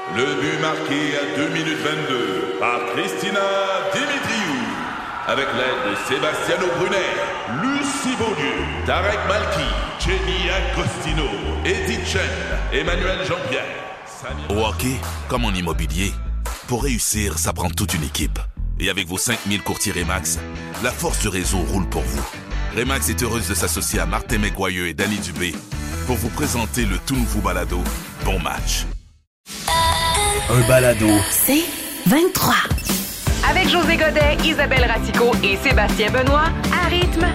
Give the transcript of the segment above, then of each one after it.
Le but marqué à 2 minutes 22 par Christina Dimitriou. Avec l'aide de Sebastiano Brunet, Lucie Beaulieu, Tarek Malki, Jenny Agostino, Edith Chen, Emmanuel Jean-Pierre. Au hockey, comme en immobilier, pour réussir, ça prend toute une équipe. Et avec vos 5000 courtiers Remax, la force du réseau roule pour vous. Remax est heureuse de s'associer à Martin McGuire et Danny Dubé pour vous présenter le tout nouveau balado Bon Match. Un balado. C'est 23. Avec José Godet, Isabelle Ratico et Sébastien Benoît, à rythme.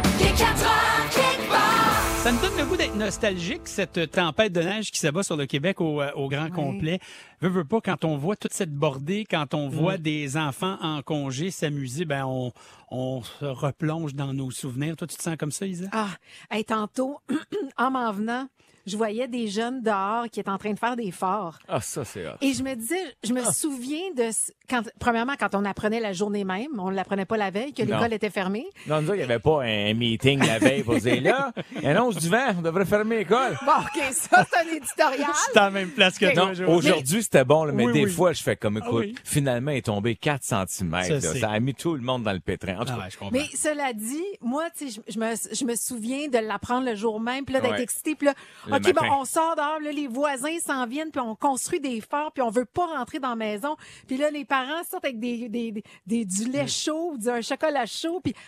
Ça me donne le goût d'être nostalgique, cette tempête de neige qui s'abat sur le Québec au grand complet. Veux pas, quand on voit toute cette bordée, quand on voit des enfants en congé s'amuser, ben on se replonge dans nos souvenirs. Toi, tu te sens comme ça, Isa? Tantôt, en m'en venant, je voyais des jeunes dehors qui étaient en train de faire des forts. Ah, ça, c'est hot. Et je me disais, je me souviens de... Premièrement, quand on apprenait la journée même, on ne l'apprenait pas la veille, que l'école était fermée. Non, nous, il n'y avait pas un meeting la veille pour dire, là, annonce du vent, on devrait fermer l'école. Bon, OK, ça, c'est un éditorial. Je suis à la même place que toi, Non, aujourd'hui, c'était bon, là, mais des fois, je fais comme, écoute, oui. Finalement, il est tombé 4 cm. Ça a mis tout le monde dans le pétrin. En tout cas, je comprends. Mais cela dit, moi, tu sais, je me souviens de l'apprendre le jour même, puis là, d'être excitée, puis là, OK, bon, on sort dehors, là, les voisins s'en viennent, puis on construit des forts, puis on veut pas rentrer dans la maison. Puis là, les parents sortent avec du lait chaud, un chocolat chaud, puis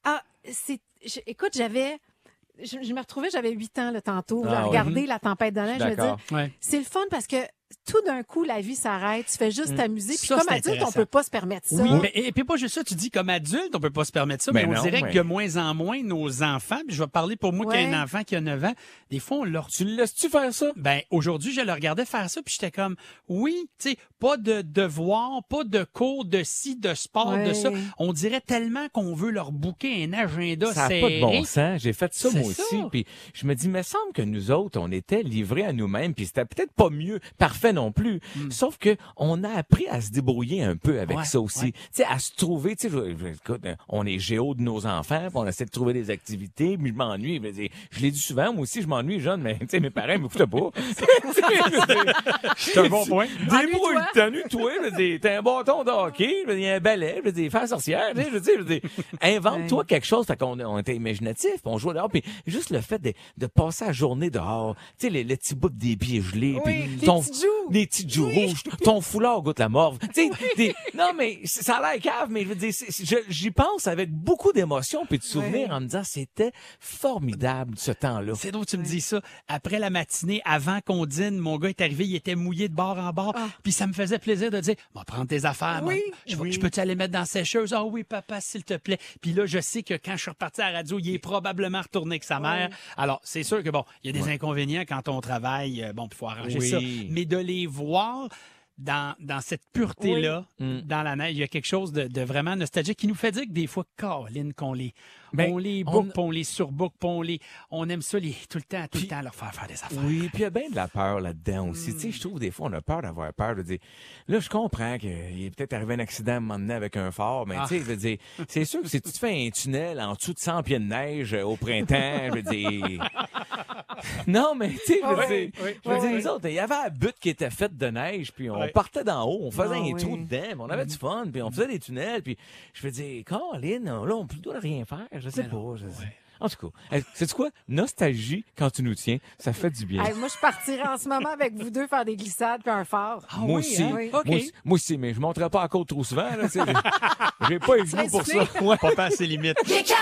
écoute, je me retrouvais, j'avais 8 ans, là, tantôt, à regarder la tempête de neige. Je me dis, c'est le fun parce que tout d'un coup, la vie s'arrête, tu fais juste t'amuser. Puis comme adulte, on peut pas se permettre ça. Oui, mais et puis pas juste ça, tu dis comme adulte, on peut pas se permettre ça, mais on dirait que de moins en moins, nos enfants, puis je vais parler pour moi qui ai un enfant qui a 9 ans, des fois, on leur... Tu le laisses-tu faire ça? Ben, aujourd'hui, je le regardais faire ça, puis j'étais comme, oui, tu sais, pas de devoirs, pas de cours de ci, de sport, de ça. On dirait tellement qu'on veut leur booker un agenda ça serré. Ça n'a pas de bon sens. J'ai fait ça, moi ça. aussi. Puis je me dis, il me semble que nous autres, on était livrés à nous-mêmes, puis c'était peut-être pas mieux, parfait non plus. Sauf que on a appris à se débrouiller un peu avec ça aussi. Tu sais, à se trouver, tu sais, écoute, on est géo de nos enfants, puis on essaie de trouver des activités, puis je m'ennuie. Je l'ai dit souvent, moi aussi, je m'ennuie jeune, mais tu sais, mes parents m'écoutaient pas. C'est un bon point. Débrouille-toi, t'as un bâton de hockey, il y a un balai, faire sorcière, tu sais, invente-toi quelque chose. Fait qu'on était imaginatif, puis on jouait dehors, puis juste le fait de passer la journée dehors, tu sais, les petits bouts des pieds gelés, puis les petites joues rouges, ton foulard goûte la morve. Non, mais ça a l'air cave, mais je veux dire, j'y pense avec beaucoup d'émotion puis de souvenirs en me disant c'était formidable ce temps-là. C'est drôle que tu me dis ça. Après la matinée, avant qu'on dîne, mon gars est arrivé, il était mouillé de bord en bord, puis ça me faisait plaisir de dire, bon, prends tes affaires, je peux-tu aller mettre dans la sécheuse? Ah oui, papa, s'il te plaît. Puis là, je sais que quand je suis reparti à la radio, il est probablement retourné avec sa mère. Alors, c'est sûr que bon, il y a des inconvénients quand on travaille, bon, il faut arranger ça. Mais de les voir dans cette pureté-là, dans la neige, il y a quelque chose de vraiment nostalgique qui nous fait dire que des fois, Caroline, on les book, on les surbook, on aime ça tout le temps leur faire des affaires. Oui, puis il y a bien de la peur là-dedans aussi. Tu sais, je trouve des fois, on a peur d'avoir peur de dire, là, je comprends qu'il est peut-être arrivé un accident à un moment donné avec un phare, mais tu sais, je veux dire, c'est sûr que si tu te fais un tunnel en dessous de 100 pieds de neige au printemps, je veux dire... Non, mais tu sais, je veux dire, nous autres, il y avait un but qui était fait de neige, puis on partait d'en haut, on faisait un trou dedans, puis on avait du fun, puis on faisait des tunnels, puis je veux dire, Caroline, là, on ne doit rien faire, je sais pas. En tout cas, sais-tu quoi? Nostalgie, quand tu nous tiens, ça fait du bien. Moi, je partirais en ce moment avec vous deux faire des glissades puis un phare. Moi aussi. Moi aussi, mais je ne monterai pas à côte trop souvent. Là, j'ai pas les genoux pour ça. Pas assez limite.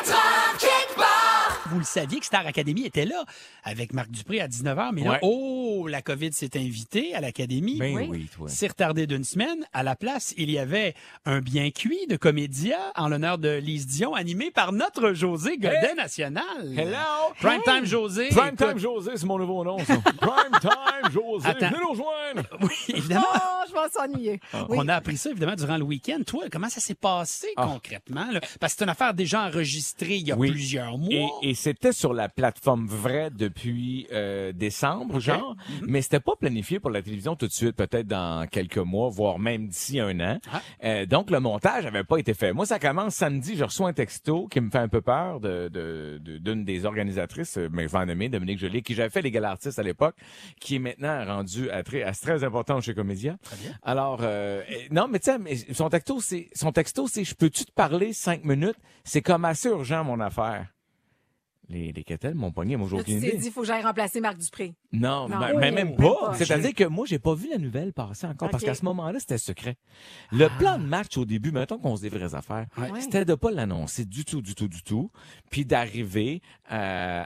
Vous le saviez que Star Academy était là avec Marc Dupré à 19h, mais là, la COVID s'est invitée à l'Académie. Ben oui, toi. C'est retardé d'une semaine. À la place, il y avait un bien cuit de comédia en l'honneur de Lise Dion, animé par notre José Godet national. Hello! Primetime José. Primetime José, c'est mon nouveau nom, ça. Primetime José. Venez nous rejoindre! Oui, évidemment. Oh, je vais s'ennuyer. On a appris ça, évidemment, durant le week-end. Toi, comment ça s'est passé concrètement? Là? Parce que c'est une affaire déjà enregistrée il y a plusieurs mois. Et c'était sur la plateforme Vrai depuis décembre, genre, mais c'était pas planifié pour la télévision tout de suite, peut-être dans quelques mois, voire même d'ici un an. Donc, le montage avait pas été fait. Moi, ça commence samedi, je reçois un texto qui me fait un peu peur d'une des organisatrices, mais je vais en nommer, Dominique Joly, qui j'avais fait les Galas Artistes à l'époque, qui est maintenant rendue à très important chez Comédia. Très bien. Alors, non, mais tu sais, son texto, c'est je peux-tu te parler 5 minutes? C'est comme assez urgent, mon affaire. Les quételles m'ont pogné, moi, j'ai aucune idée. Tu t'es dit, il faut que j'aille remplacer Marc Dupré. Non, mais même pas. C'est-à-dire que moi, j'ai pas vu la nouvelle passer encore, parce qu'à ce moment-là, c'était secret. Le plan de match au début, mettons qu'on se dit vraies affaires, c'était de pas l'annoncer du tout, puis d'arriver à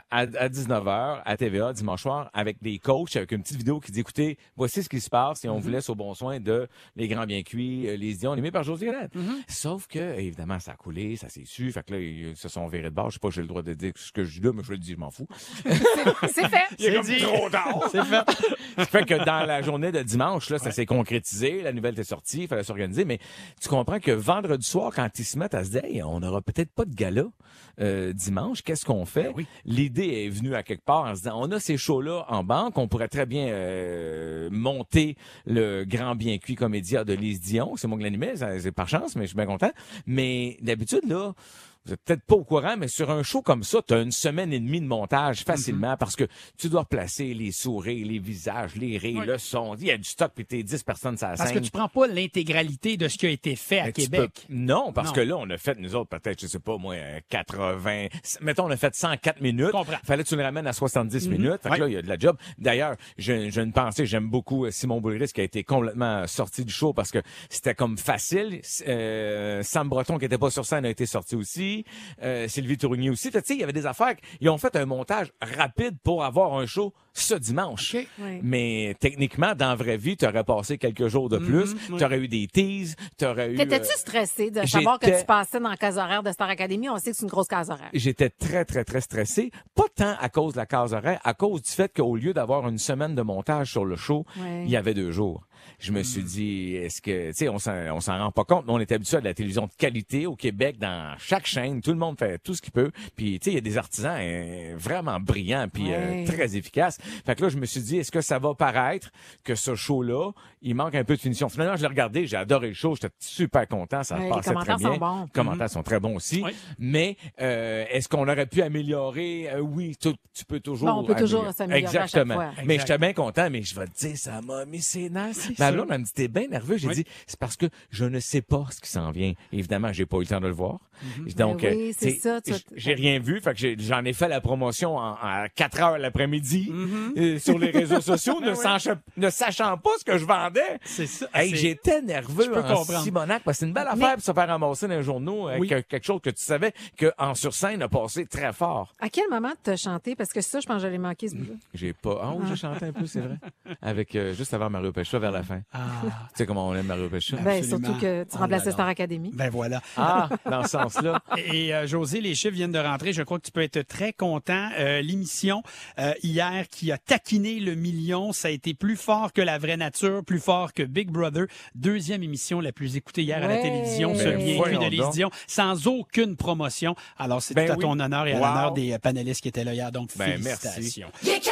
19h à TVA dimanche soir avec des coachs, avec une petite vidéo qui dit, écoutez, voici ce qui se passe et on vous laisse au bon soin de Les Grands Bien Cuits, Les Dions, animés par José Galette. Sauf que, évidemment, ça a coulé, ça s'est su, fait que là, ils se sont virés de bord. Je sais pas, j'ai le droit de dire ce que je dis là, mais je le dis, je m'en fous. C'est fait. C'est comme trop tard. C'est fait. Ça fait que dans la journée de dimanche, là, ça s'est concrétisé, la nouvelle était sortie, il fallait s'organiser, mais tu comprends que vendredi soir, quand ils se mettent à se dire, hey, on n'aura peut-être pas de gala dimanche, qu'est-ce qu'on fait? L'idée est venue à quelque part en se disant, on a ces shows-là en banque, on pourrait très bien monter le Grand Bien Cuit Comédia de Lise Dion, c'est moi qui l'animais, c'est par chance, mais je suis bien content. Mais d'habitude, là, vous êtes peut-être pas au courant, mais sur un show comme ça, tu as une semaine et demie de montage facilement parce que tu dois replacer les sourires, les visages, les rires, le son. Il y a du stock puis t'es 10 personnes sur la scène. Parce que tu prends pas l'intégralité de ce qui a été fait à Québec. Non, parce que là, on a fait, nous autres, peut-être, je sais pas, moi, 80... Mettons, on a fait 104 minutes. Fallait que tu le ramènes à 70 minutes. Fait que là, il y a de la job. D'ailleurs, j'ai une pensée, j'aime beaucoup Simon Boulris qui a été complètement sorti du show parce que c'était comme facile. Sam Breton qui était pas sur scène a été sorti aussi. Sylvie Tourigny aussi. Tu sais, il y avait des affaires. Ils ont fait un montage rapide pour avoir un show ce dimanche. Mais techniquement, dans la vraie vie, tu aurais passé quelques jours de plus. Tu aurais eu des teases. T'étais-tu stressé de savoir que tu passais dans la case horaire de Star Academy? On sait que c'est une grosse case horaire. J'étais très, très, très stressé. Pas tant à cause de la case horaire, à cause du fait qu'au lieu d'avoir une semaine de montage sur le show, il y avait 2 jours. Je me suis dit, est-ce que, tu sais, on s'en rend pas compte, mais on est habitué à de la télévision de qualité au Québec, dans chaque chaîne, tout le monde fait tout ce qu'il peut, puis tu sais, il y a des artisans vraiment brillants, puis très efficaces. Fait que là, je me suis dit, est-ce que ça va paraître que ce show-là, il manque un peu de finition? Finalement, je l'ai regardé, j'ai adoré le show, j'étais super content, ça passait très bien. Les commentaires sont bons. Les commentaires sont très bons aussi. Mais est-ce qu'on aurait pu améliorer? Oui, tu peux toujours. Bon, on peut toujours s'améliorer à chaque fois. Mais j'étais bien content, mais je vais te dire, ça m'a mis ses nerfs. Ma blonde, elle me dit, t'es bien nerveux. J'ai dit, c'est parce que je ne sais pas ce qui s'en vient. Évidemment, j'ai pas eu le temps de le voir. Donc, c'est ça. J'ai rien vu. Fait que j'en ai fait la promotion à 4 heures l'après-midi sur les réseaux sociaux, ne sachant pas ce que je vendais. C'est ça. Hey, j'étais nerveux en Simonac parce que c'est une belle affaire pour se faire ramasser dans les journaux avec quelque chose que tu savais qu'en sur-scène a passé très fort. À quel moment tu as chanté? Parce que ça, je pense que j'allais manquer ce bout-là. J'ai pas... Ah oui, j'ai chanté un peu, c'est vrai. Avec juste avant Mario Pécha vers la fin. Tu sais comment on aime Mario Pécha? Ben, surtout que tu remplaçais Star Academy. Ben voilà. Ah, dans ce sens-là. Et José, les chiffres viennent de rentrer. Je crois que tu peux être très content. L'émission hier qui a taquiné le million, ça a été plus fort que La Vraie Nature, plus fort que Big Brother. 2e émission la plus écoutée hier à la télévision, ce Bien Cuit de Lise Dion, sans aucune promotion. Alors, c'est tout à ton honneur et à l'honneur des panélistes qui étaient là hier. Donc, félicitations. Merci.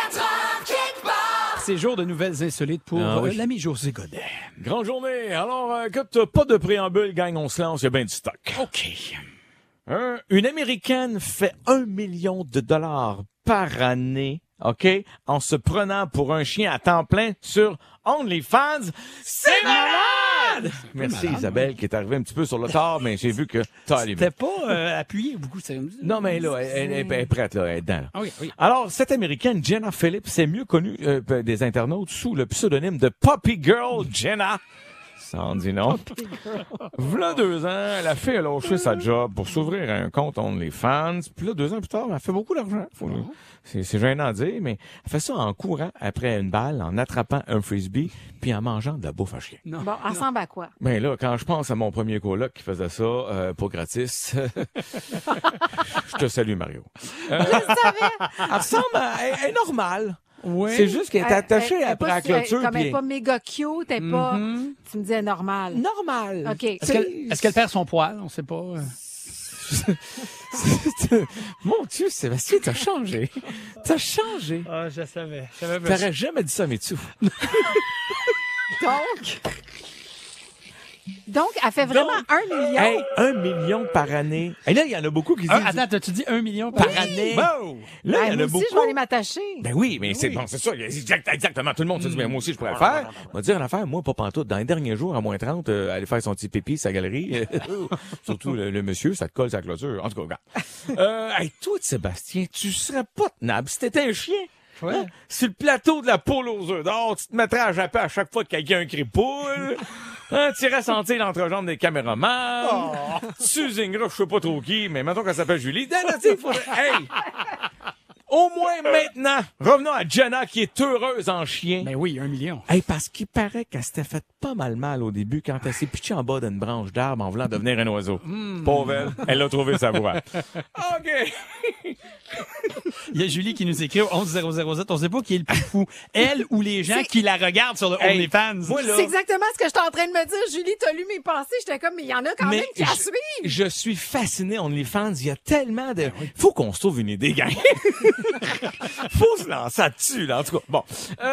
C'est jour de nouvelles insolites pour l'ami José Godet. Grande journée. Alors, écoute, pas de préambule, gang, on se lance, il y a bien du stock. OK. Une Américaine fait $1 million par année, OK, en se prenant pour un chien à temps plein sur OnlyFans. C'est malade! Merci Isabelle qui est arrivée un petit peu sur le tard, mais j'ai vu que t'as allé. C'était pas appuyé beaucoup. Non, mais là, elle est prête, là, elle est dedans. Là. Oui. Alors, cette Américaine, Jenna Phillips, c'est mieux connue des internautes sous le pseudonyme de Poppy Girl Jenna. Ça en dit non. V'là 2 ans, la fille a lâché sa job pour s'ouvrir un compte OnlyFans. Puis là, 2 ans plus tard, elle fait beaucoup d'argent. C'est gênant à dire, mais elle fait ça en courant après une balle, en attrapant un frisbee, puis en mangeant de la bouffe à chien. Bon, elle ressemble à quoi? Ben là, quand je pense à mon premier coloc qui faisait ça pour gratis, je te salue, Mario. Je le savais! Elle ressemble elle est normale. Oui. C'est juste qu'elle est attachée après la clôture. Comme elle n'est pas méga cute, elle n'est pas... Tu me disais normal. Normal. OK. Est-ce qu'elle perd son poil? On ne sait pas. Mon Dieu, Sébastien, t'as changé. T'as changé. Ah, je savais. T'aurais jamais dit ça, mais tu. Donc, elle fait vraiment 1 million. Hey, 1 million par année. Et là, il y en a beaucoup qui disent... Attends, t'as-tu dit 1 million par année? Bon. Là, il y en moi a aussi, beaucoup. je vais aller m'attacher. Ben oui, mais c'est bon, c'est ça. Exactement. Tout le monde se dit, mais moi aussi, je pourrais le faire. On va dire une affaire, moi, pas pantoute. Dans les derniers jours, à moins 30, aller faire son petit pipi, sa galerie. Surtout le monsieur, ça te colle sa clôture. En tout cas, regarde. Hey, toi, Sébastien, tu serais pas tenable si t'étais un chien. Ouais. Hein? Sur le plateau de la poule aux œufs d'or, tu te mettrais à japper à chaque fois que quelqu'un crie poule. Hein, tu irais sentir l'entrejambe des caméramans. Tu zingeras, je sais pas trop qui, mais mettons qu'elle s'appelle Julie. Hey! Au moins maintenant, revenons à Jenna qui est heureuse en chien. Ben oui, 1 million. Hey, parce qu'il paraît qu'elle s'était fait pas mal au début quand elle s'est pitchée en bas d'une branche d'arbre en voulant devenir un oiseau. Pauvre elle a trouvé sa voie. OK. Il y a Julie qui nous écrit au 11007. On sait pas qui est le plus fou. Elle ou les gens qui la regardent sur le OnlyFans. Moi, là, C'est exactement ce que j'étais en train de me dire. Julie, t'as lu mes pensées. J'étais comme, mais il y en a quand même qui la suivent. Je suis fasciné OnlyFans. Il y a tellement de... Faut qu'on se trouve une idée, gang. Faut se lancer là-dessus, là. En tout cas, bon.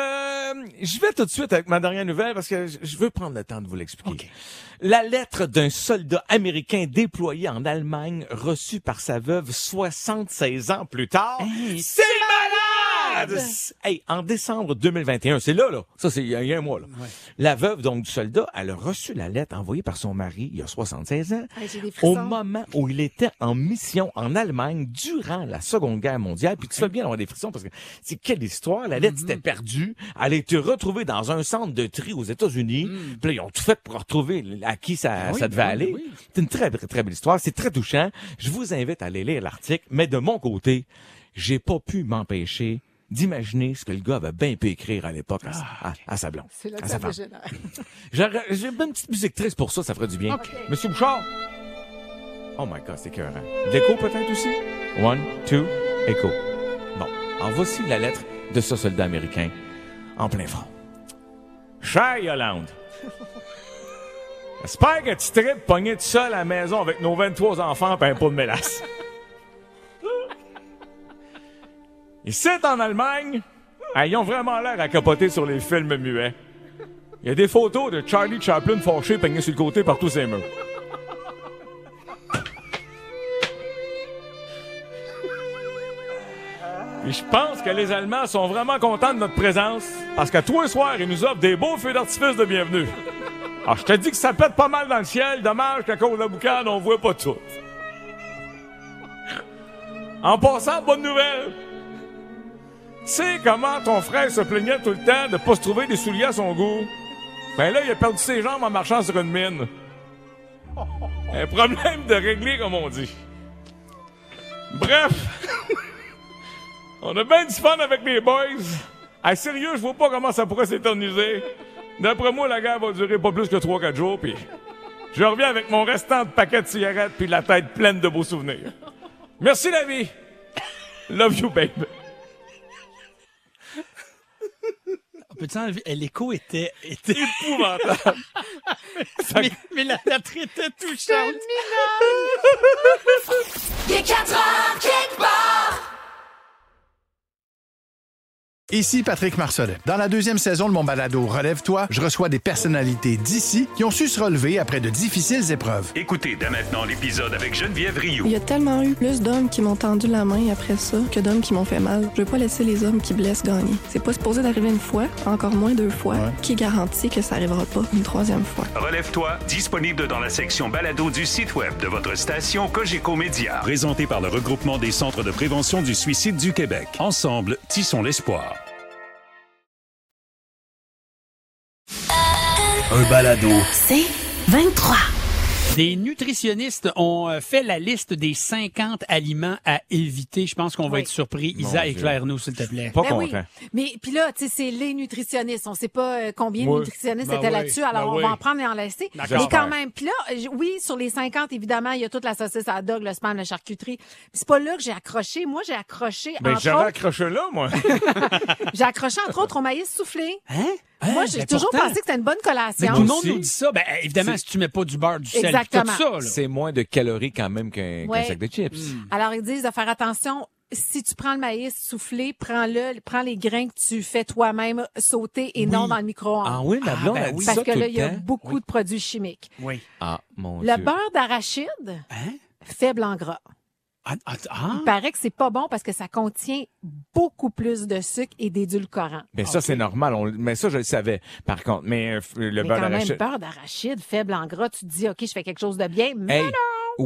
Je vais tout de suite avec ma dernière nouvelle parce que je veux prendre le temps de vous l'expliquer. Okay. La lettre d'un soldat américain déployé en Allemagne reçue par sa veuve 76 ans plus tard. Hey, c'est malade! Hey, en décembre 2021, c'est là. Ça, c'est il y a un mois, là. Ouais. La veuve, donc, du soldat, elle a reçu la lettre envoyée par son mari, il y a 76 ans, au moment où il était en mission en Allemagne durant la Seconde Guerre mondiale. Puis tu fais bien avoir des frissons parce que c'est quelle histoire. La lettre s'était perdue. Elle a été retrouvée dans un centre de tri aux États-Unis. Puis là, ils ont tout fait pour retrouver à qui ça devait aller. Oui. C'est une très, très belle histoire. C'est très touchant. Je vous invite à aller lire l'article. Mais de mon côté, j'ai pas pu m'empêcher d'imaginer ce que le gars avait bien pu écrire à l'époque à sa blonde. C'est là que ça dégénère. J'ai une petite musique triste pour ça ferait du bien. Okay. Monsieur Bouchard! Oh my God, c'est écœurant. L'écho peut-être aussi? 1, 2, écho. Bon, alors voici la lettre de ce soldat américain en plein front. Cher Yolande, j'espère que tu tripes pogné tout seul à la maison avec nos 23 enfants et un pot de mélasse. Ici, en Allemagne, ils ont vraiment l'air à capoter sur les films muets. Il y a des photos de Charlie Chaplin fâché peigné sur le côté par tous ses murs. Et je pense que les Allemands sont vraiment contents de notre présence parce qu'à tous les soirs, ils nous offrent des beaux feux d'artifice de bienvenue. Alors, je te dis que ça pète pas mal dans le ciel. Dommage qu'à cause de la boucane, on voit pas tout. En passant, bonne nouvelle. Tu sais comment ton frère se plaignait tout le temps de pas se trouver des souliers à son goût? Ben là, il a perdu ses jambes en marchant sur une mine. Un problème de régler, comme on dit. Bref, on a bien du fun avec les boys. Ah, sérieux, je vois pas comment ça pourrait s'éterniser. D'après moi, la guerre va durer pas plus que 3-4 jours, puis je reviens avec mon restant de paquet de cigarettes puis la tête pleine de beaux souvenirs. Merci, la vie. Love you, babe. Peux-tu enlever? L'écho était épouvantable. mais la lettre était touchante. Il est 4 heures quelque part. Ici Patrick Marcelet. Dans la 2e saison de mon balado Relève-toi, je reçois des personnalités d'ici qui ont su se relever après de difficiles épreuves. Écoutez dès maintenant l'épisode avec Geneviève Rioux. Il y a tellement eu plus d'hommes qui m'ont tendu la main après ça que d'hommes qui m'ont fait mal. Je veux pas laisser les hommes qui blessent gagner. C'est pas supposé d'arriver une fois, encore moins 2 fois. Ouais. Qui garantit que ça arrivera pas une 3e fois? Relève-toi, disponible dans la section balado du site web de votre station Cogeco Média. Présenté par le regroupement des centres de prévention du suicide du Québec. Ensemble, tissons l'espoir. Un balado. C'est 23. Des nutritionnistes ont fait la liste des 50 aliments à éviter. Je pense qu'on va être surpris. Isa, éclaire-nous, s'il te plaît. Pas content. Oui. Mais puis là, tu sais, c'est les nutritionnistes. On sait pas combien de nutritionnistes étaient là-dessus. Alors, on va en prendre et en laisser. Mais quand même. Puis là, oui, sur les 50, évidemment, il y a toute la saucisse à dog, le spam, la charcuterie. Puis c'est pas là que j'ai accroché. Moi, j'ai accroché, entre autres... j'avais accroché là, moi. J'ai accroché, entre autres, au maïs soufflé. Hein? Moi, j'ai toujours pensé que c'était une bonne collation. Mais tout le monde nous dit ça. Ben, évidemment, si tu mets pas du beurre, du sel, tout ça. Là. C'est moins de calories quand même qu'un sac de chips. Alors, ils disent de faire attention. Si tu prends le maïs soufflé, prends les grains que tu fais toi-même sauter et non dans le micro-ondes. Ah oui, ma blonde a dit ça parce que tout là, le il y a temps. beaucoup de produits chimiques. Oui. Ah, mon Le Dieu. beurre d'arachide, faible en gras. Il paraît que c'est pas bon parce que ça contient beaucoup plus de sucre et d'édulcorants. Mais ça, c'est normal. Mais ça, je le savais, par contre. Mais le beurre quand d'arachide... même, beurre d'arachide, faible en gras, tu te dis, OK, je fais quelque chose de bien, mais non!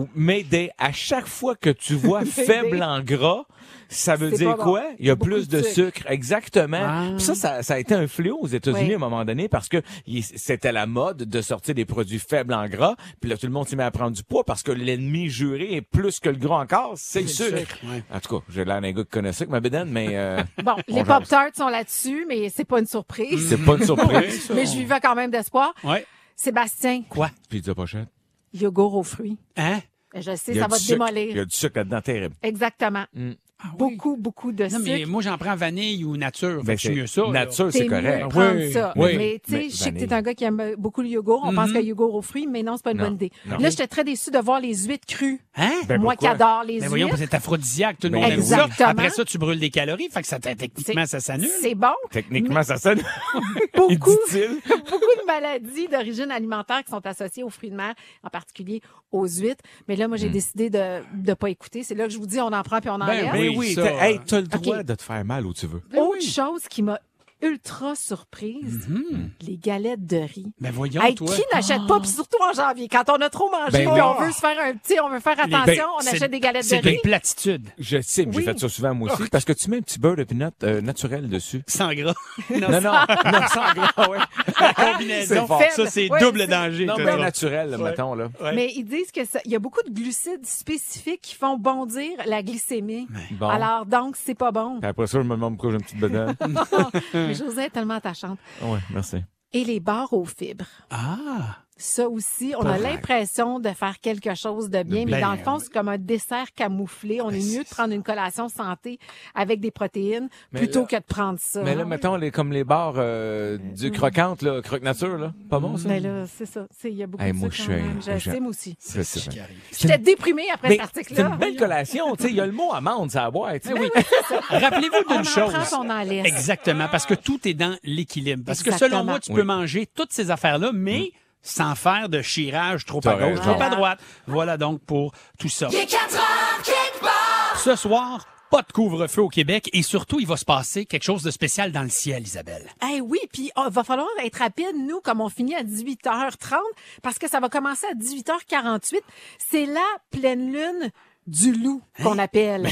Mais à chaque fois que tu vois faible en gras, ça veut dire quoi? Il y a plus de sucre. Exactement. Puis ça a été un fléau aux États-Unis à un moment donné parce que c'était la mode de sortir des produits faibles en gras. Puis là, tout le monde s'est mis à prendre du poids parce que l'ennemi juré est plus que le gras encore, c'est le sucre. En tout cas, j'ai l'air d'un gars qui connaît ça avec ma bédaine, mais... Bon, les Pop-Tarts sont là-dessus, mais c'est pas une surprise. C'est pas une surprise. Mais je vivais quand même d'espoir. Ouais. Sébastien. Quoi? Pizza pochette. Yogourt aux fruits. Hein? Je sais, ça va te démolir. Il y a du sucre là-dedans, terrible. Exactement. Beaucoup de sucre. Non, mais moi, j'en prends vanille ou nature. Ben, c'est mieux ça. Nature, c'est correct. Prendre ça. Oui. Mais tu sais, je sais que t'es un gars qui aime beaucoup le yogourt. On pense que yogourt aux fruits, mais non, c'est pas une bonne idée. Non. Là, j'étais très déçue de voir les huîtres crues. Hein? Moi qui adore les mais huîtres. voyons, c'est aphrodisiaque, tout le monde Ben, aime ça. exactement. Après ça, tu brûles des calories, fait que ça, techniquement, ça s'annule. C'est bon. Techniquement, ça sonne. Beaucoup, dit-il. beaucoup de maladies d'origine alimentaire qui sont associées aux fruits de mer, en particulier aux huîtres. Mais là, moi, j'ai décidé de ne pas écouter. C'est là que je vous dis, on en prend puis on en laisse. Oui. ça, T'as le droit de te faire mal où tu veux. Autre chose qui m'a ultra surprise, les galettes de riz. Ben voyons, Hey, toi. qui n'achète pas, puis surtout en janvier, quand on a trop mangé, Ben puis oui. on veut se faire on veut faire attention, on achète des galettes de C'est riz. des platitudes. Je sais, mais j'ai fait ça souvent moi aussi, parce que tu mets un petit beurre de peanut naturel dessus. Sans gras. Non, sans gras, ouais. La combinaison, faible. ça, c'est Ouais, double c'est- danger. Non, tout mais ça. naturel, mettons, là. Ouais. Mais ils disent que il y a beaucoup de glucides spécifiques qui font bondir la glycémie. Bon. Alors, donc, c'est pas bon. Puis après ça, je me demande pourquoi j'ai une petite bedaine. Mais Josée est tellement attachante. Ouais, merci. Et les barres aux fibres. Ah! Ça aussi, on a l'impression de faire quelque chose de bien, mais dans le fond, c'est comme un dessert camouflé. On est mieux de prendre une collation santé avec des protéines plutôt que de prendre ça. Mais là, mettons, comme les barres du croquante, là, croque nature, là. Pas bon, ça? Mais là, c'est ça. Il y a beaucoup Hey, de moi, ça je quand suis même. un- Je sais, moi aussi. C'est ça. J'étais déprimée après Mais cet c'est article-là. une belle collation, tu sais. Il y a le mot amande, ça a boire, tu sais. Oui. Rappelez-vous On d'une en chose. prend, on en laisse. Exactement, parce que tout est dans l'équilibre. Parce que Exactement. selon moi, tu peux manger toutes ces affaires-là, mais sans faire de chirage trop à T'as gauche, raison. trop à droite. Voilà donc pour tout ça. Il est 4 heures, quelque part. Ce soir, pas de couvre-feu au Québec et surtout, il va se passer quelque chose de spécial dans le ciel, Isabelle. Eh oui, puis il va falloir être rapide, nous, comme on finit à 18h30, parce que ça va commencer à 18h48. C'est la pleine lune du loup qu'on appelle.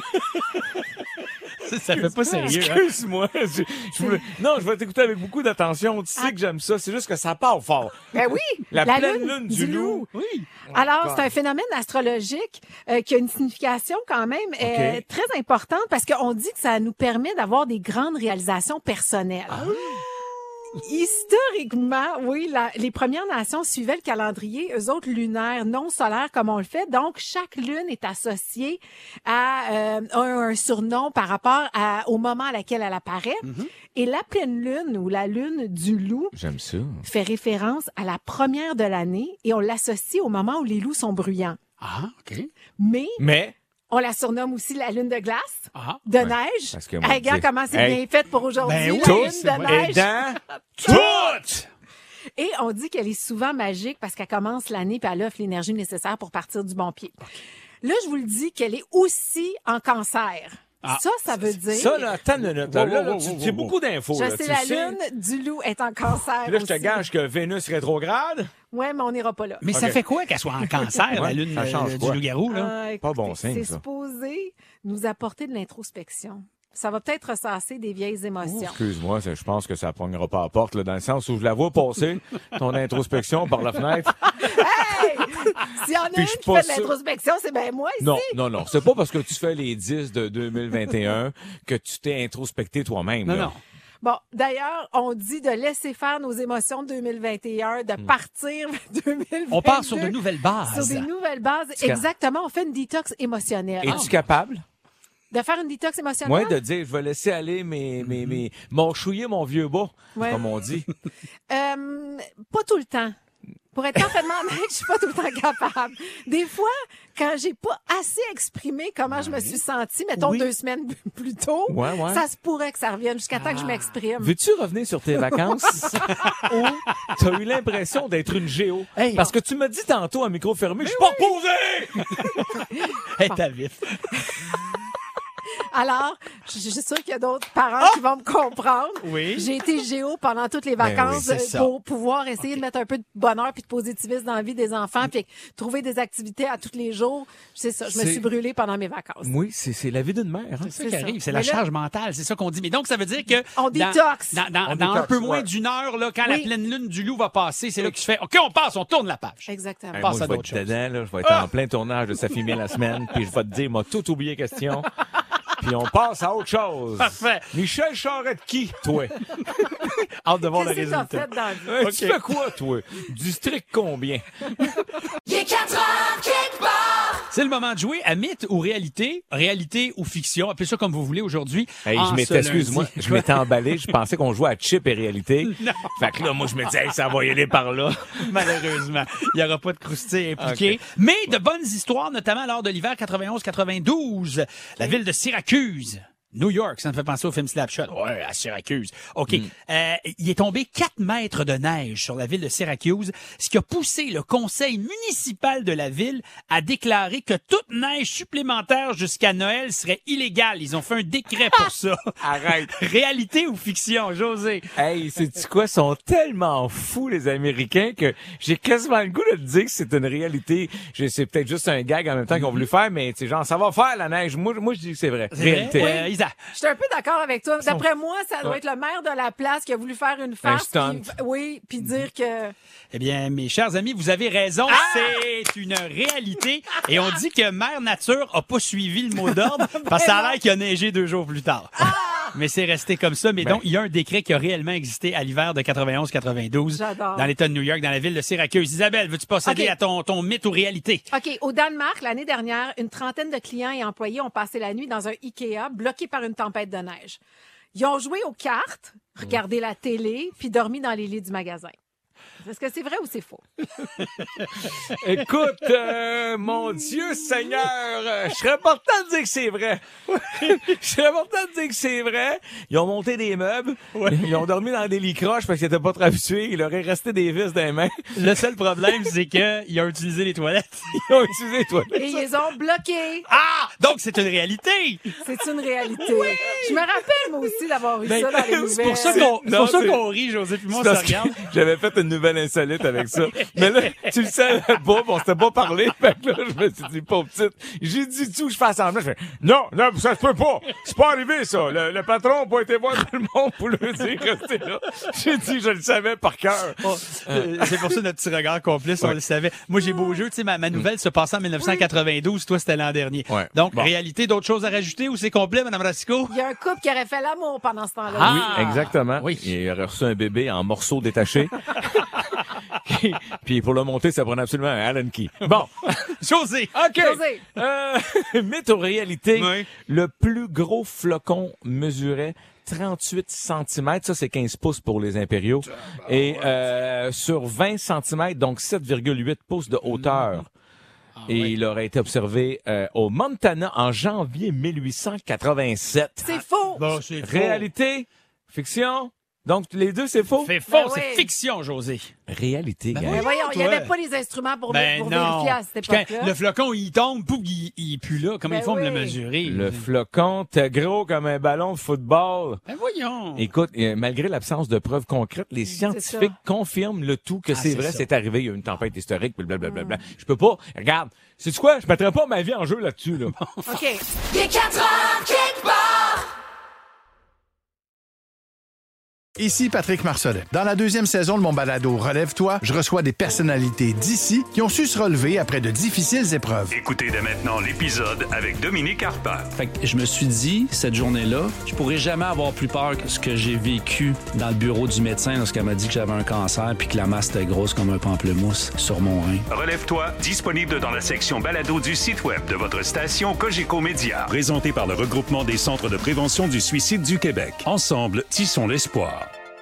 Ça fait pas sérieux, hein? Excuse-moi. Non, je vais t'écouter avec beaucoup d'attention. Tu sais que j'aime ça. C'est juste que ça part fort. Ben oui, La pleine lune du loup. Oui. Alors, c'est un phénomène astrologique qui a une signification quand même très importante parce qu'on dit que ça nous permet d'avoir des grandes réalisations personnelles. Historiquement, oui, les Premières Nations suivaient le calendrier, eux autres lunaires, non solaires comme on le fait. Donc, chaque lune est associée à un surnom par rapport au moment à laquelle elle apparaît. Et la pleine lune ou la lune du loup J'aime ça. fait référence à la première de l'année et on l'associe au moment où les loups sont bruyants. Ah, OK. Mais On la surnomme aussi la lune de glace, Ah. de neige. parce que moi, Regarde tu sais, comment c'est hey, bien fait pour aujourd'hui, ben oui, la tous lune de et neige. dans tout. Et on dit qu'elle est souvent magique parce qu'elle commence l'année et elle offre l'énergie nécessaire pour partir du bon pied. Là, je vous le dis qu'elle est aussi en cancer. Ah. Ça veut dire... Ça, là, attends une minute. Là, c'est beaucoup d'infos. Je là, sais, tu la sais. lune du loup est en cancer Puis là, je te aussi. gage que Vénus rétrograde. Ouais, mais on n'ira pas là. Mais ça OK. fait quoi qu'elle soit en cancer, la Ouais, lune ça change du quoi? loup-garou, là? Écoutez, Pas bon signe, c'est ça. supposé nous apporter de l'introspection. Ça va peut-être ressasser des vieilles émotions. Excuse-moi, je pense que ça pognera pas à la porte, là, dans le sens où je la vois passer, ton introspection par la fenêtre. Hey! S'il y en a Puis une je suis qui pas fait de sûr. l'introspection, c'est bien moi ici. Non. C'est pas parce que tu fais les 10 de 2021 que tu t'es introspecté toi-même. Non, là. non. Bon, d'ailleurs, on dit de laisser faire nos émotions de 2021, de partir 2022. On part sur de nouvelles bases. Sur des nouvelles bases. Exactement. On fait une détox émotionnelle. Es-tu capable? De faire une détox émotionnelle? Ouais, de dire, je vais laisser aller chouiller mon vieux bas, comme on dit. Pas tout le temps. Pour être parfaitement honnête, je suis pas tout le temps capable. Des fois, quand j'ai pas assez exprimé comment je me suis sentie, mettons 2 semaines plus tôt, ça se pourrait que ça revienne jusqu'à temps que je m'exprime. Veux-tu revenir sur tes vacances où t'as eu l'impression d'être une géo? Hey, parce que tu m'as dit tantôt à micro fermé, je suis pas reposé! Hey, t'as vite. Alors, je suis sûre qu'il y a d'autres parents qui vont me comprendre. Oui. J'ai été géo pendant toutes les vacances pour pouvoir essayer de mettre un peu de bonheur puis de positivisme dans la vie des enfants puis trouver des activités à tous les jours. C'est ça, je me suis brûlée pendant mes vacances. Oui, c'est la vie d'une mère. Hein? C'est ça qui arrive, c'est la charge mentale, c'est ça qu'on dit. Mais donc, ça veut dire que on détoxe. Dans un peu moins d'une heure, là, quand la pleine lune du loup va passer, c'est là que tu fais « OK, on passe, on tourne la page. » Exactement. Moi, je vais être dedans, là, je vais être en plein tournage de Sa fille la semaine, puis je vais te dire, m'a tout oublié question. Puis on passe à autre chose. Parfait. Michel Charette qui, toi? Hâte de voir le résultat. résultat. Fait dans la vie? Tu fais quoi, toi? Du strict combien? Il est 4 heures, quelque part. C'est le moment de jouer à mythe ou réalité, réalité ou fiction, appelez ça comme vous voulez aujourd'hui. Hey, excuse-moi, je m'étais emballé, je pensais qu'on jouait à chip et réalité. Non. Fait que là, moi, je me disais, hey, ça va y aller par là. Malheureusement, il n'y aura pas de croustilles impliquées. Okay. Mais de bonnes histoires, notamment lors de l'hiver 91-92. La ville de Syracuse. New York, ça me fait penser au film Slapshot. Ouais, à Syracuse. OK. Il est tombé 4 mètres de neige sur la ville de Syracuse, ce qui a poussé le conseil municipal de la ville à déclarer que toute neige supplémentaire jusqu'à Noël serait illégale. Ils ont fait un décret pour ça. Arrête. Réalité ou fiction, José? Hey, sais-tu quoi? Ils sont tellement fous, les Américains, que j'ai quasiment le goût de te dire que c'est une réalité. C'est peut-être juste un gag en même temps qu'ils ont voulu faire, mais tu sais, genre, ça va faire la neige. Moi, je dis que c'est vrai. Réalité. Isa. Je suis un peu d'accord avec toi. D'après moi, ça doit être le maire de la place qui a voulu faire une farce. Puis dire que... Eh bien, mes chers amis, vous avez raison. C'est une réalité. Et on dit que Mère Nature a pas suivi le mot d'ordre parce que ça a l'air qu'il a neigé 2 jours plus tard. Mais c'est resté comme ça. Mais donc, il y a un décret qui a réellement existé à l'hiver de 91-92 dans l'État de New York, dans la ville de Syracuse. Isabelle, veux-tu procéder à ton mythe ou réalité? OK. Au Danemark, l'année dernière, une trentaine de clients et employés ont passé la nuit dans un Ikea bloqué par une tempête de neige. Ils ont joué aux cartes, regardé la télé, puis dormi dans les lits du magasin. Est-ce que c'est vrai ou c'est faux? Écoute, mon Dieu Seigneur, je serais portant de dire que c'est vrai. Ils ont monté des meubles, ils ont dormi dans des lits croches parce qu'ils étaient pas trop habitués, il leur est resté des vis dans les mains. Le seul problème, c'est qu'ils ont utilisé les toilettes. Ils ont utilisé les toilettes. Et ils les ont bloqués. Ah! Donc, c'est une réalité! C'est une réalité. Oui! Je me rappelle, moi aussi, d'avoir eu ça dans les nouvelles. C'est pour ça qu'on rit, José, puis moi, on se regarde. J'avais fait une nouvelle insolite avec ça. Mais là, tu le savais pas, on s'était pas parlé. Fait que là, je me suis dit, pauvre petite. J'ai dit tout, je fais semblant. Je fais, non, ça se peut pas. C'est pas arrivé, ça. Le patron n'a pas été voir tout le monde pour lui dire, restez là. J'ai dit, je le savais par cœur. C'est pour ça notre petit regard complice, on le savait. Moi, j'ai beau jeu, tu sais, ma nouvelle se passait en 1992, toi, c'était l'an dernier. Ouais. Donc, réalité, d'autres choses à rajouter ou c'est complet, Mme Racicot? Il y a un couple qui aurait fait l'amour pendant ce temps-là. Oui, exactement. Oui. Il aurait reçu un bébé en morceaux détachés. Puis pour le monter, ça prenait absolument un Allen Key. Bon. José. OK. Mythe ou réalité, le plus gros flocon mesurait 38 cm, ça c'est 15 pouces pour les impériaux, et sur 20 cm, donc 7,8 pouces de hauteur. Il aurait été observé au Montana en janvier 1887. C'est faux! Bon, c'est faux. Réalité, fiction... Donc, les deux, c'est faux? C'est faux, c'est fiction, José. Réalité, gars. Mais voyons, il n'y avait pas les instruments pour vérifier à cette époque-là. Le flocon, il tombe, pouf, il est plus là. Comment ils font pour le mesurer? Le flocon, t'es gros comme un ballon de football. Ben voyons. Écoute, malgré l'absence de preuves concrètes, les scientifiques confirment le tout que c'est vrai, c'est arrivé. Il y a eu une tempête historique, blablabla. Je peux pas. Regarde, sais-tu quoi? Je mettrais pas ma vie en jeu là-dessus, là. OK. Il est 4 heures, quelque part. Ici Patrick Marcelet. Dans la deuxième saison de mon balado Relève-toi, je reçois des personnalités d'ici qui ont su se relever après de difficiles épreuves. Écoutez dès maintenant l'épisode avec Dominique Arpin. Fait que je me suis dit, cette journée-là, je pourrais jamais avoir plus peur que ce que j'ai vécu dans le bureau du médecin lorsqu'elle m'a dit que j'avais un cancer puis que la masse était grosse comme un pamplemousse sur mon rein. Relève-toi, disponible dans la section balado du site web de votre station Cogeco Média. Présenté par le regroupement des centres de prévention du suicide du Québec. Ensemble, tissons l'espoir.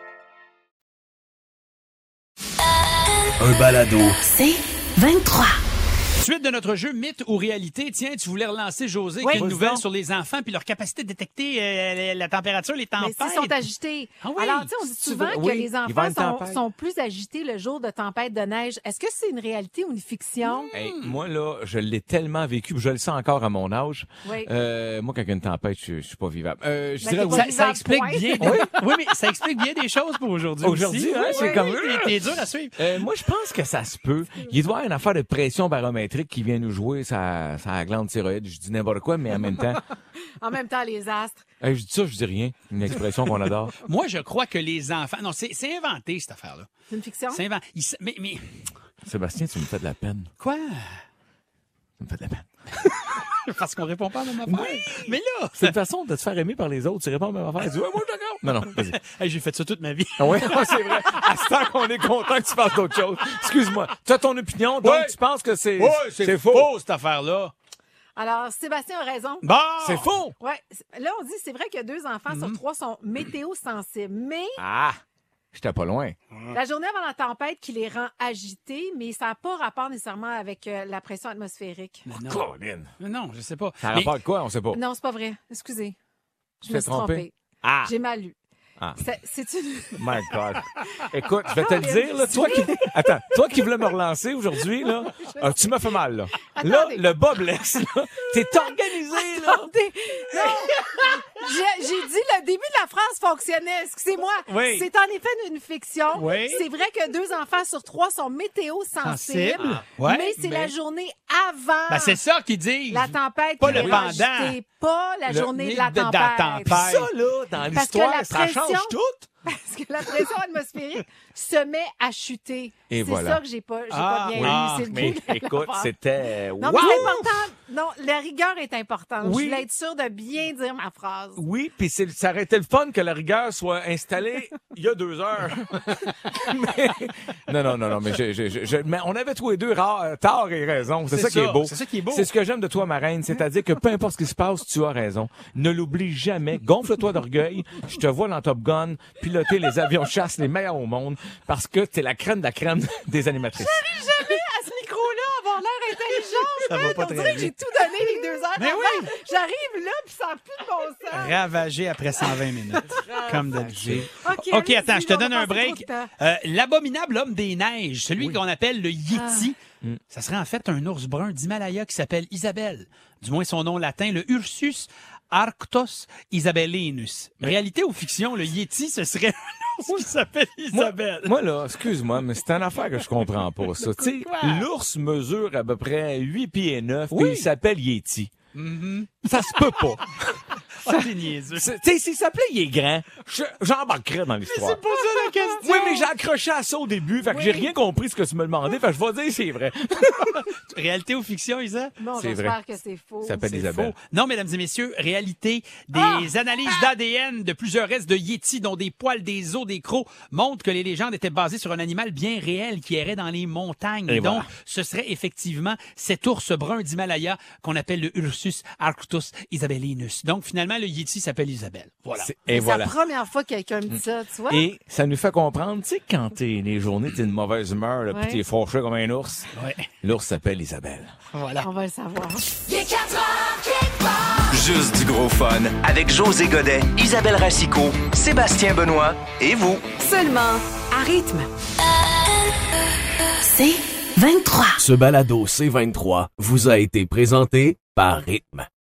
Un balado. C'est 23. Suite de notre jeu Mythe ou Réalité. Tiens, tu voulais relancer, José, Oui. une nouvelle sur les enfants puis leur capacité de détecter la température, les tempêtes. Mais s'ils sont agités. Ah oui. Alors, tu sais, on dit souvent que les enfants sont plus agités le jour de tempête de neige. Est-ce que c'est une réalité ou une fiction? Hey, moi, là, je l'ai tellement vécu, je le sens encore à mon âge. Oui. Moi, quand il y a une tempête, je suis pas vivable. Je Ben, dirais oui. Ça explique bien. Oui, mais ça explique bien des choses pour aujourd'hui. Aujourd'hui, aussi. hein, Oui, c'est oui, comme oui, t'es dur à suivre. moi, je pense que ça se peut. Il doit y avoir une affaire de pression barométrique qui vient nous jouer sa glande thyroïde. Je dis n'importe quoi, mais en même temps... En même temps, les astres. Je dis ça, je dis rien. Une expression qu'on adore. Moi, je crois que les enfants... Non, c'est inventé, cette affaire-là. C'est une fiction? C'est inventé. Mais... Sébastien, tu me fais de la peine. Quoi? Tu me fais de la peine. Parce qu'on répond pas à la même affaire. Oui. Mais là... C'est une façon de te faire aimer par les autres. Tu réponds à la même affaire. Tu dis, ouais, moi, je suis d'accord. Non, vas-y. Hey, j'ai fait ça toute ma vie. Oui, c'est vrai. À ce temps qu'on est content que tu fasses d'autres choses. Excuse-moi. Tu as ton opinion, donc tu penses que c'est faux. Cette affaire-là. Alors, Sébastien a raison. Bon! C'est faux! Ouais. Là, on dit, c'est vrai que 2 enfants sur 3 sont météo-sensibles, mais Ah! J'étais pas loin. la journée avant la tempête qui les rend agités, mais ça n'a pas rapport nécessairement avec la pression atmosphérique. Colin. Non, je sais pas. Ça a rapport avec quoi? On sait pas. Non, c'est pas vrai. Excusez. Je Tu me t'es suis trompé? trompée. Ah! J'ai mal lu. Ah. C'est une... My God. Écoute, je vais te le dire, là, toi qui voulais me relancer aujourd'hui, là, tu m'as fait mal, là. Attendez. Là, le bas blesse, là. T'es organisé, là. Attendez. Non! J'ai dit le début de la phrase fonctionnait. Excusez-moi. Oui. C'est en effet une fiction. Oui. C'est vrai que 2 enfants sur 3 sont météo-sensibles. Sensible. Ouais, mais c'est la journée avant. Ben, c'est ça qu'ils disent. La tempête. Pas qui le est pendant. agitée, pas la journée de la de la tempête. tempête. Puis ça, là, dans Parce que l'histoire, la ça pression- change tout. Parce que la pression atmosphérique se met à chuter. Et c'est voilà. ça que j'ai pas bien lu. C'est le mais but de écoute, l'affaire. c'était... Non, Wow! mais c'est important. Non, la rigueur est importante. Oui. Je voulais être sûre de bien dire ma phrase. Oui, puis ça aurait été le fun que la rigueur soit installée il y a 2 heures. Non, mais, mais on avait tous les deux tort et raison. C'est ça qui est beau. C'est ça qui est beau. C'est ce que j'aime de toi, ma reine. C'est-à-dire que peu importe ce qui se passe, tu as raison. Ne l'oublie jamais. Gonfle-toi d'orgueil. Je te vois dans Top Gun piloter les avions chasse les meilleurs au monde parce que t'es la crème de la crème des animatrices. J'arrive jamais à ce micro-là avoir l'air intelligent. Ça va pas On très dirait que bien. j'ai tout donné les 2 heures. Mais avant. J'arrive là, puis ça n'a plus de bon sens. Ravagé après 120 minutes. Comme d'habitude. OK, OK, allez-y, attends, je te on va donne un passer break. trop de temps. L'abominable homme des neiges, celui qu'on appelle le Yéti, Ah. ça serait en fait un ours brun d'Himalaya qui s'appelle Isabelle. Du moins son nom latin, le Ursus Arctos isabellinus. Réalité ou fiction, le Yéti, ce serait un ours qui s'appelle Isabelle. Moi, là, excuse-moi, mais c'est une affaire que je comprends pas, ça. Tu sais, Quoi? l'ours mesure à peu près 8 pieds 9, Oui. puis il s'appelle Yeti. Mhm. Ça se peut pas. Ah, t'es niaiseux. Tu sais, s'il s'appelait il est grand, j'embarquerais dans l'histoire. C'est pas ça la question. Oui, mais j'ai accroché à ça au début, fait que j'ai rien compris ce que tu me demandais, fait que je vais dire c'est vrai. Réalité ou fiction, Isa? Bon, C'est j'espère vrai. que c'est faux. Ça s'appelle C'est Isabelle. faux. Non, mesdames et messieurs, réalité, des analyses d'ADN de plusieurs restes de Yéti, dont des poils, des os, des crocs, montrent que les légendes étaient basées sur un animal bien réel qui errait dans les montagnes. Et Donc, voilà. ce serait effectivement cet ours brun d'Himalaya qu'on appelle le Ursus Arctos isabellinus. Donc, finalement, le Yéti s'appelle Isabelle. Voilà. Et C'est voilà. la première fois que quelqu'un me dit ça, tu vois? Et ça nous fait comprendre, tu sais, quand les journées, t'es de mauvaise humeur, là, Ouais. pis t'es fâché comme un ours, Ouais. l'ours s'appelle Isabelle. Voilà. On va le savoir. Il est 4 heures, quelque part. Juste du gros fun avec José Godet, Isabelle Racicot, Sébastien Benoît et vous. Seulement à rythme. C'est 23. Ce balado C23 vous a été présenté par Rythme.